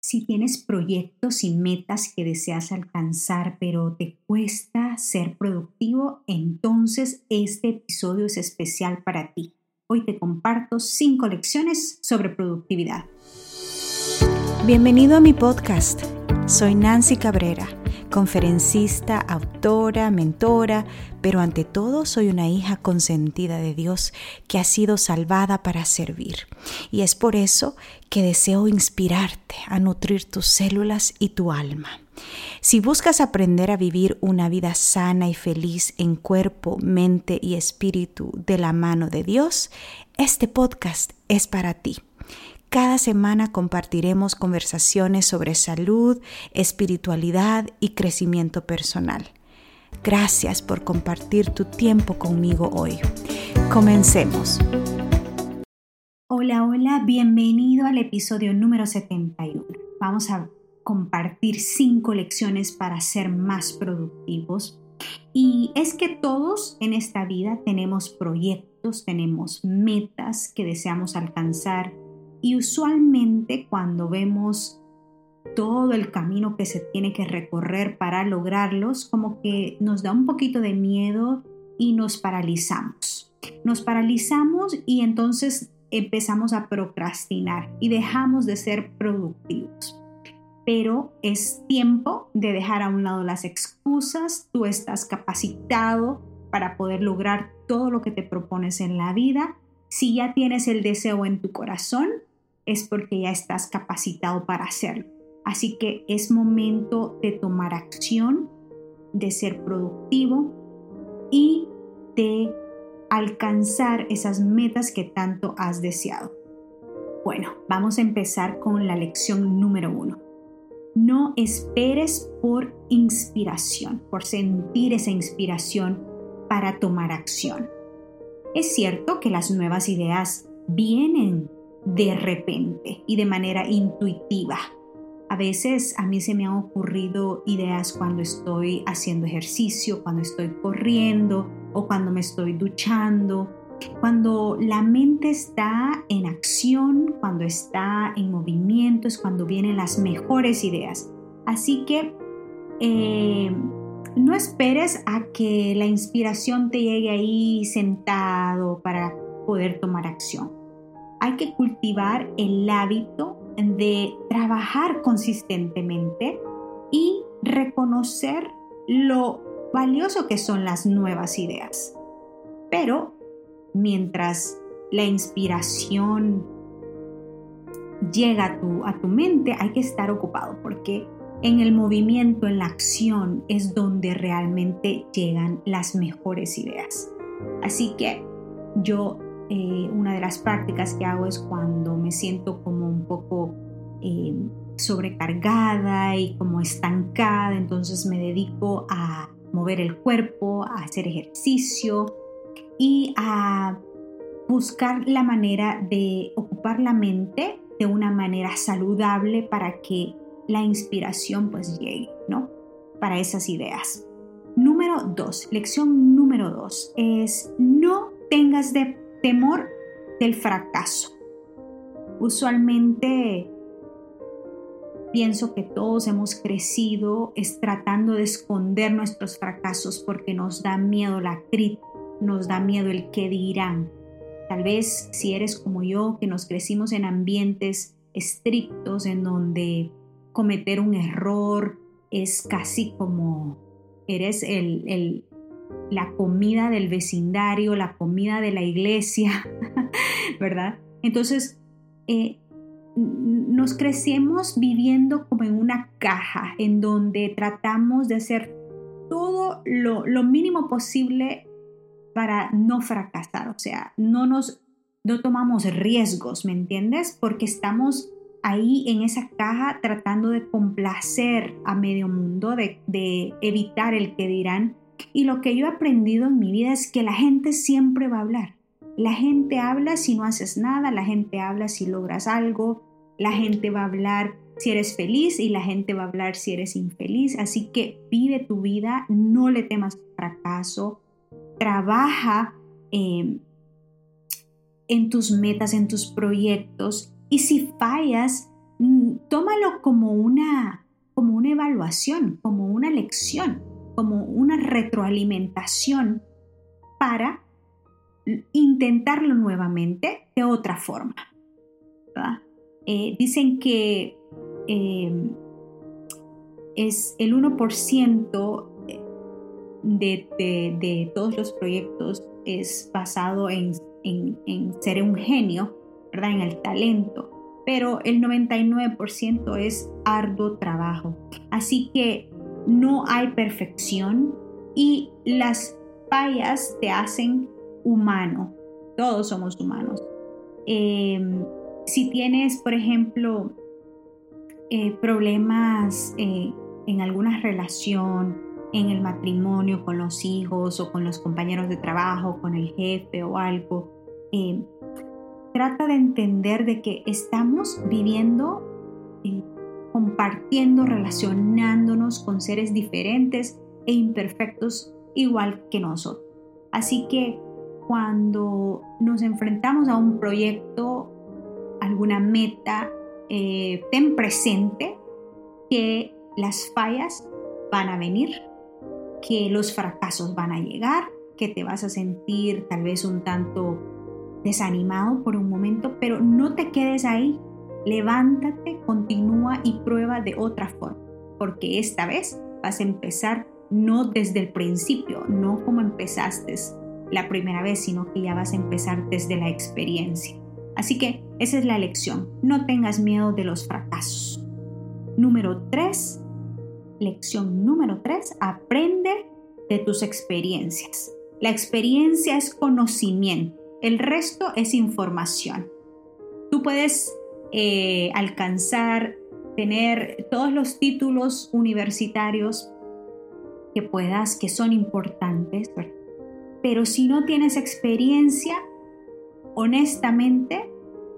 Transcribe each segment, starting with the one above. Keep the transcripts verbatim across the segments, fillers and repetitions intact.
Si tienes proyectos y metas que deseas alcanzar, pero te cuesta ser productivo, entonces este episodio es especial para ti. Hoy te comparto cinco lecciones sobre productividad. Bienvenido a mi podcast. Soy Nancy Cabrera, conferencista, autora, mentora, pero ante todo soy una hija consentida de Dios que ha sido salvada para servir. Y es por eso que deseo inspirarte a nutrir tus células y tu alma. Si buscas aprender a vivir una vida sana y feliz en cuerpo, mente y espíritu de la mano de Dios, este podcast es para ti. Cada semana compartiremos conversaciones sobre salud, espiritualidad y crecimiento personal. Gracias por compartir tu tiempo conmigo hoy. Comencemos. Hola, hola, bienvenido al episodio número setenta y uno. Vamos a compartir cinco lecciones para ser más productivos. Y es que todos en esta vida tenemos proyectos, tenemos metas que deseamos alcanzar. Y usualmente cuando vemos todo el camino que se tiene que recorrer para lograrlos, como que nos da un poquito de miedo y nos paralizamos. Nos paralizamos y entonces empezamos a procrastinar y dejamos de ser productivos. Pero es tiempo de dejar a un lado las excusas. Tú estás capacitado para poder lograr todo lo que te propones en la vida. Si ya tienes el deseo en tu corazón, es porque ya estás capacitado para hacerlo. Así que es momento de tomar acción, de ser productivo y de alcanzar esas metas que tanto has deseado. Bueno, vamos a empezar con la lección número uno. No esperes por inspiración, por sentir esa inspiración para tomar acción. Es cierto que las nuevas ideas vienen de repente y de manera intuitiva. A veces a mí se me han ocurrido ideas cuando estoy haciendo ejercicio, cuando estoy corriendo o cuando me estoy duchando. Cuando la mente está en acción, cuando está en movimiento, es cuando vienen las mejores ideas. Así que eh, no esperes a que la inspiración te llegue ahí sentado para poder tomar acción. Hay que cultivar el hábito de trabajar consistentemente y reconocer lo valioso que son las nuevas ideas. Pero mientras la inspiración llega a tu, a tu mente, hay que estar ocupado porque en el movimiento, en la acción, es donde realmente llegan las mejores ideas. Así que yo, eh, una de las prácticas que hago es cuando me siento como un poco eh, sobrecargada y como estancada, entonces me dedico a mover el cuerpo, a hacer ejercicio y a buscar la manera de ocupar la mente de una manera saludable para que la inspiración pues llegue, ¿no? Para esas ideas. Número dos, lección número dos es no tengas de temor del fracaso. Usualmente pienso que todos hemos crecido es tratando de esconder nuestros fracasos porque nos da miedo la crítica, nos da miedo el qué dirán. Tal vez si eres como yo, que nos crecimos en ambientes estrictos en donde cometer un error es casi como eres el, el, la comida del vecindario, la comida de la iglesia, ¿verdad? Entonces, eh, nos crecemos viviendo como en una caja en donde tratamos de hacer todo lo, lo mínimo posible para no fracasar, o sea, no nos no tomamos riesgos, ¿me entiendes? Porque estamos ahí en esa caja tratando de complacer a medio mundo, de, de evitar el que dirán. Y lo que yo he aprendido en mi vida es que la gente siempre va a hablar. La gente habla si no haces nada, la gente habla si logras algo, la gente va a hablar si eres feliz y la gente va a hablar si eres infeliz. Así que vive tu vida, no le temas al fracaso, trabaja eh, en tus metas, en tus proyectos y si fallas, tómalo como una, como una evaluación, como una lección, como una retroalimentación para intentarlo nuevamente de otra forma, ¿verdad? Eh, dicen que eh, es el uno por ciento de, de, de todos los proyectos es basado en, en, en ser un genio, ¿verdad? En el talento, pero el noventa y nueve por ciento es arduo trabajo. Así que no hay perfección y las fallas te hacen humano. Todos somos humanos. Eh, si tienes, por ejemplo, eh, problemas eh, en alguna relación, en el matrimonio, con los hijos o con los compañeros de trabajo, con el jefe o algo, eh, trata de entender de que estamos viviendo, eh, compartiendo, relacionándonos con seres diferentes e imperfectos igual que nosotros. Así que cuando nos enfrentamos a un proyecto, alguna meta, eh, ten presente que las fallas van a venir, que los fracasos van a llegar, que te vas a sentir tal vez un tanto desanimado por un momento, pero no te quedes ahí. Levántate, continúa y prueba de otra forma, porque esta vez vas a empezar no desde el principio, no como empezaste la primera vez, sino que ya vas a empezar desde la experiencia. Así que esa es la lección. No tengas miedo de los fracasos. Número tres, lección número tres, aprende de tus experiencias. La experiencia es conocimiento, el resto es información. Tú puedes eh, alcanzar, tener todos los títulos universitarios que puedas, que son importantes, ¿verdad? Pero si no tienes experiencia, honestamente,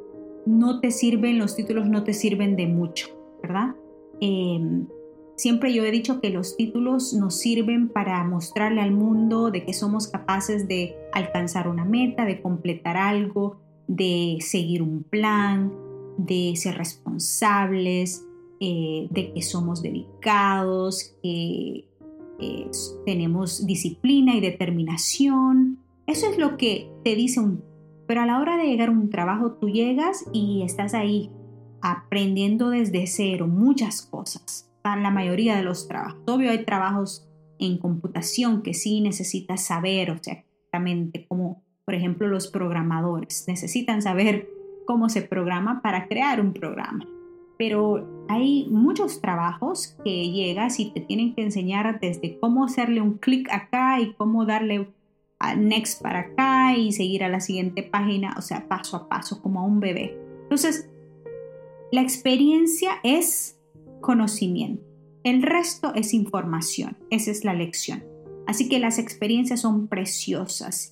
no te sirven, los títulos no te sirven de mucho, ¿verdad? Eh, siempre yo he dicho que los títulos nos sirven para mostrarle al mundo de que somos capaces de alcanzar una meta, de completar algo, de seguir un plan, de ser responsables, eh, de que somos dedicados, que eh, tenemos disciplina y determinación. Eso es lo que te dice un... Pero a la hora de llegar a un trabajo, tú llegas y estás ahí aprendiendo desde cero muchas cosas. Para la mayoría de los trabajos. Obvio hay trabajos en computación que sí necesitas saber, o sea, exactamente como, por ejemplo, los programadores necesitan saber cómo se programa para crear un programa. Pero hay muchos trabajos que llegas y te tienen que enseñar desde cómo hacerle un clic acá y cómo darle a next para acá y seguir a la siguiente página, o sea, paso a paso, como a un bebé. Entonces, la experiencia es conocimiento. El resto es información. Esa es la lección. Así que las experiencias son preciosas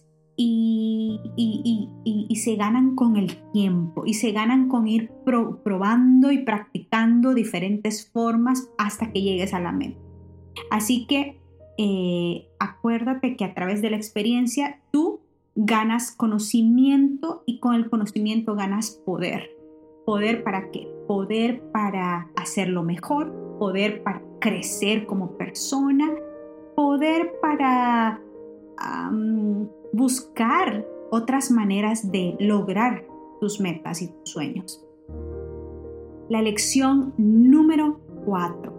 y, y, y, y, y se ganan con el tiempo y se ganan con ir pro, probando y practicando diferentes formas hasta que llegues a la meta. Así que eh, acuérdate que a través de la experiencia tú ganas conocimiento y con el conocimiento ganas poder. ¿Poder para qué? Poder para hacerlo mejor, poder para crecer como persona, poder para um, buscar otras maneras de lograr tus metas y tus sueños. La lección número cuatro.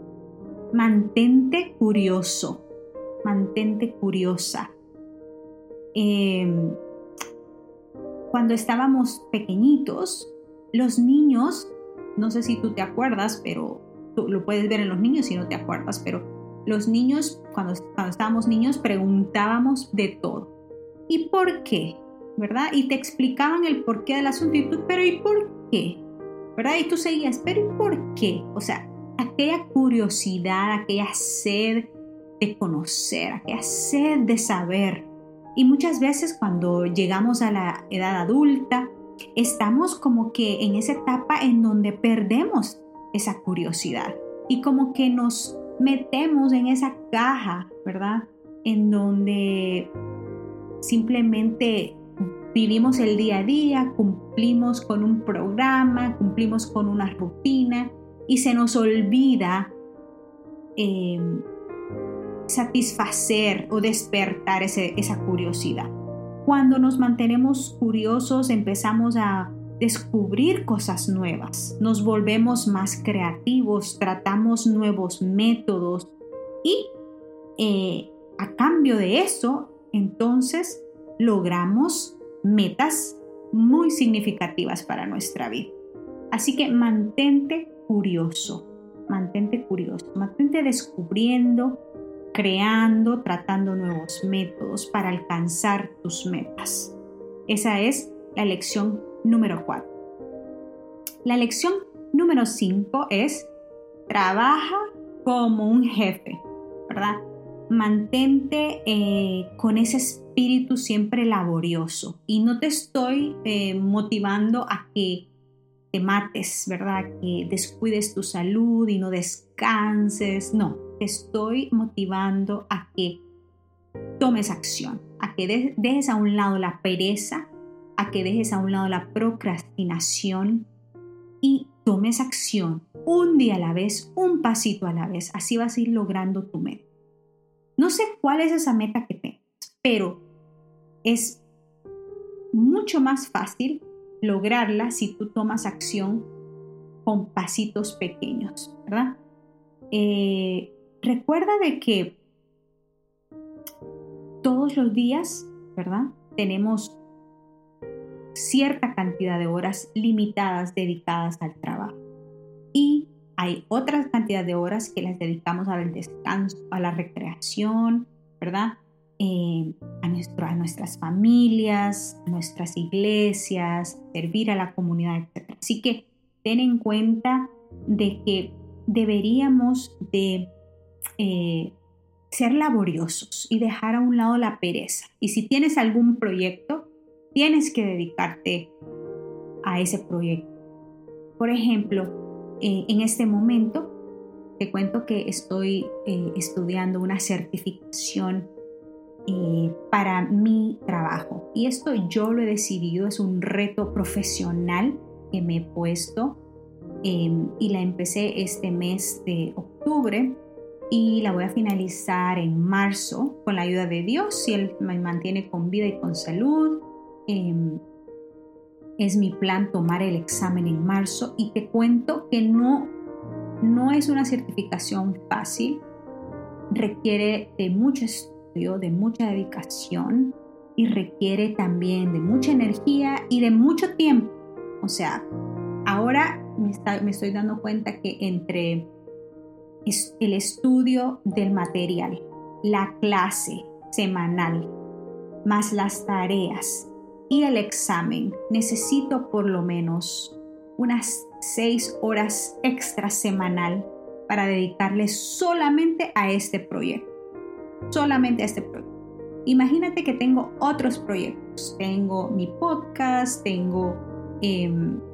Mantente curioso, mantente curiosa. Eh, cuando estábamos pequeñitos, los niños, no sé si tú te acuerdas, pero tú lo puedes ver en los niños si no te acuerdas, pero los niños, cuando, cuando estábamos niños, preguntábamos de todo. ¿Y por qué? ¿Verdad? Y te explicaban el porqué del asunto y tú, pero ¿y por qué? ¿Verdad? Y tú seguías, pero ¿y por qué? O sea, aquella curiosidad, aquella sed de conocer, aquella sed de saber. Y muchas veces cuando llegamos a la edad adulta, estamos como que en esa etapa en donde perdemos esa curiosidad y como que nos metemos en esa caja, ¿verdad? En donde simplemente vivimos el día a día, cumplimos con un programa, cumplimos con una rutina y se nos olvida eh, satisfacer o despertar ese, esa curiosidad. Cuando nos mantenemos curiosos, empezamos a descubrir cosas nuevas, nos volvemos más creativos, tratamos nuevos métodos y eh, a cambio de eso, entonces logramos metas muy significativas para nuestra vida. Así que mantente curioso, mantente curioso, mantente descubriendo, creando, tratando nuevos métodos para alcanzar tus metas. Esa es la lección número cuatro. La lección número cinco es: trabaja como un jefe, ¿verdad? Mantente eh, con ese espíritu siempre laborioso. Y no te estoy eh, motivando a que te mates, ¿verdad? Que descuides tu salud y no descanses. No, te estoy motivando a que tomes acción, a que de- dejes a un lado la pereza, a que dejes a un lado la procrastinación y tomes acción un día a la vez, un pasito a la vez. Así vas a ir logrando tu meta. No sé cuál es esa meta que tengas, pero es mucho más fácil lograrla si tú tomas acción con pasitos pequeños, ¿verdad? Eh, recuerda de que todos los días, ¿verdad? Tenemos cierta cantidad de horas limitadas dedicadas al trabajo y hay otra cantidad de horas que las dedicamos al descanso, a la recreación, ¿verdad? Eh, a, nuestro, a nuestras familias, a nuestras iglesias, servir a la comunidad, etcétera. Así que ten en cuenta de que deberíamos de eh, ser laboriosos y dejar a un lado la pereza. Y si tienes algún proyecto, tienes que dedicarte a ese proyecto. Por ejemplo, eh, en este momento te cuento que estoy eh, estudiando una certificación eh, para mi trabajo. Y esto yo lo he decidido, es un reto profesional que me he puesto eh, y la empecé este mes de octubre y la voy a finalizar en marzo con la ayuda de Dios, si Él me mantiene con vida y con salud. Eh, es mi plan tomar el examen en marzo y te cuento que no, no es una certificación fácil, requiere de mucho estudio, de mucha dedicación y requiere también de mucha energía y de mucho tiempo. O sea, ahora me, está, me estoy dando cuenta que entre el estudio del material, la clase semanal, más las tareas y el examen, necesito por lo menos unas seis horas extra semanal para dedicarle solamente a este proyecto. Solamente a este proyecto. Imagínate que tengo otros proyectos. Tengo mi podcast, tengo eh,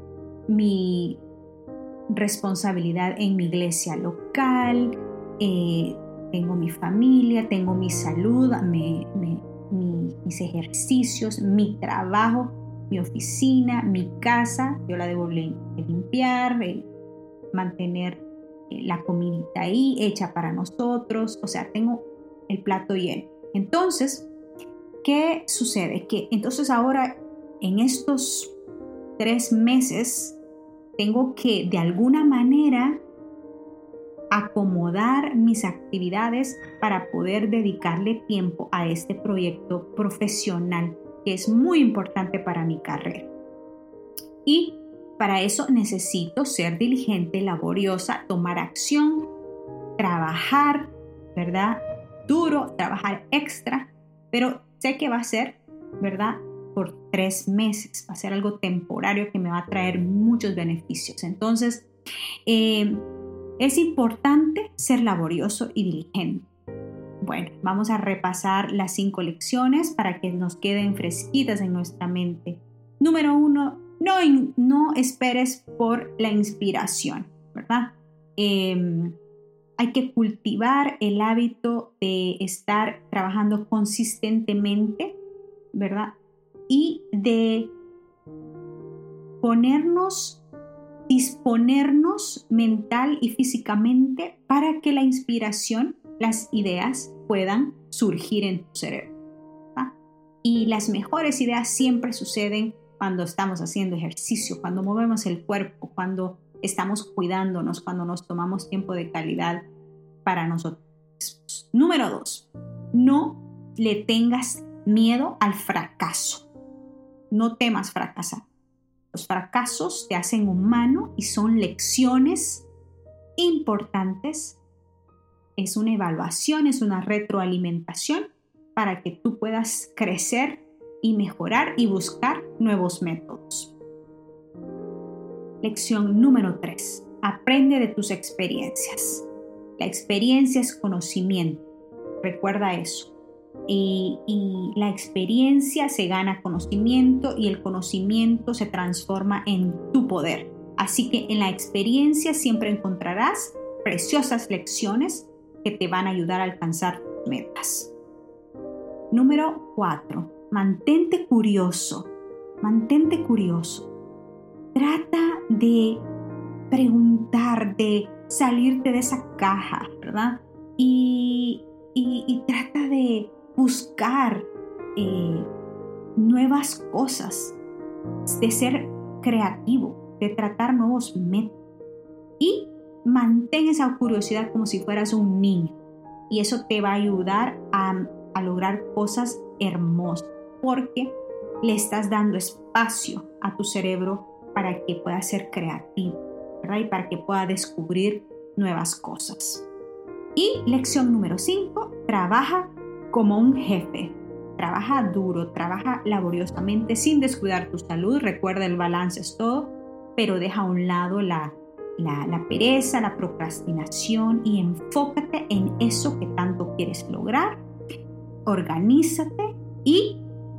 mi responsabilidad en mi iglesia local, eh, tengo mi familia, tengo mi salud, me, me, mi, mis ejercicios, mi trabajo, mi oficina, mi casa. Yo la debo limpiar, eh, mantener eh, la comidita ahí hecha para nosotros. O sea, tengo el plato lleno. Entonces, ¿qué sucede? Que entonces ahora en estos tres meses tengo que de alguna manera acomodar mis actividades para poder dedicarle tiempo a este proyecto profesional que es muy importante para mi carrera. Y para eso necesito ser diligente, laboriosa, tomar acción, trabajar, ¿verdad? Duro, trabajar extra, pero sé que va a ser, ¿verdad? Por tres meses, va a ser algo temporario que me va a traer muchos beneficios. Entonces, eh, es importante ser laborioso y diligente. Bueno, vamos a repasar las cinco lecciones para que nos queden fresquitas en nuestra mente. Número uno, no, no esperes por la inspiración, ¿verdad? Eh, hay que cultivar el hábito de estar trabajando consistentemente, ¿verdad? y de ponernos, disponernos mental y físicamente para que la inspiración, las ideas puedan surgir en tu cerebro. ¿Va? Y las mejores ideas siempre suceden cuando estamos haciendo ejercicio, cuando movemos el cuerpo, cuando estamos cuidándonos, cuando nos tomamos tiempo de calidad para nosotros. Número dos, no le tengas miedo al fracaso. No temas fracasar. Los fracasos te hacen humano y son lecciones importantes. Es una evaluación, es una retroalimentación para que tú puedas crecer y mejorar y buscar nuevos métodos. Lección número tres. Aprende de tus experiencias. La experiencia es conocimiento. Recuerda eso. Y, y la experiencia se gana conocimiento y el conocimiento se transforma en tu poder. Así que en la experiencia siempre encontrarás preciosas lecciones que te van a ayudar a alcanzar tus metas. Número cuatro. Mantente curioso. Mantente curioso. Trata de preguntar, de salirte de esa caja, ¿verdad? Y, y, y trata de buscar eh, nuevas cosas, de ser creativo, de tratar nuevos métodos. Y mantén esa curiosidad como si fueras un niño. Y eso te va a ayudar a, a lograr cosas hermosas, porque le estás dando espacio a tu cerebro para que pueda ser creativo, ¿verdad? Y para que pueda descubrir nuevas cosas. Y lección número cinco, trabaja como un jefe. Trabaja duro, trabaja laboriosamente sin descuidar tu salud. Recuerda, el balance es todo, pero deja a un lado la, la, la pereza, la procrastinación y enfócate en eso que tanto quieres lograr. Organízate y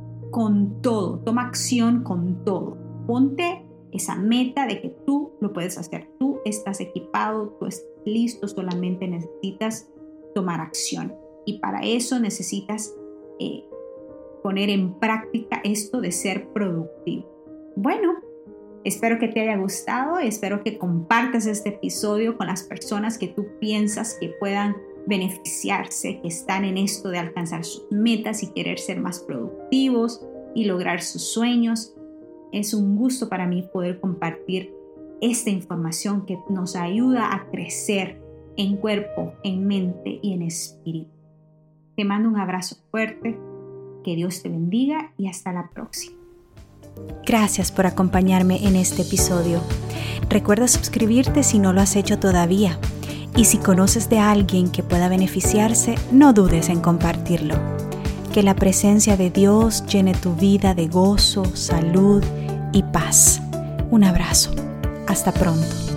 con todo, toma acción con todo. Ponte esa meta de que tú lo puedes hacer. Tú estás equipado, tú estás listo, solamente necesitas tomar acción. Y para eso necesitas eh, poner en práctica esto de ser productivo. Bueno, espero que te haya gustado, espero que compartas este episodio con las personas que tú piensas que puedan beneficiarse, que están en esto de alcanzar sus metas y querer ser más productivos y lograr sus sueños. Es un gusto para mí poder compartir esta información que nos ayuda a crecer en cuerpo, en mente y en espíritu. Te mando un abrazo fuerte, que Dios te bendiga y hasta la próxima. Gracias por acompañarme en este episodio. Recuerda suscribirte si no lo has hecho todavía. Y si conoces de alguien que pueda beneficiarse, no dudes en compartirlo. Que la presencia de Dios llene tu vida de gozo, salud y paz. Un abrazo. Hasta pronto.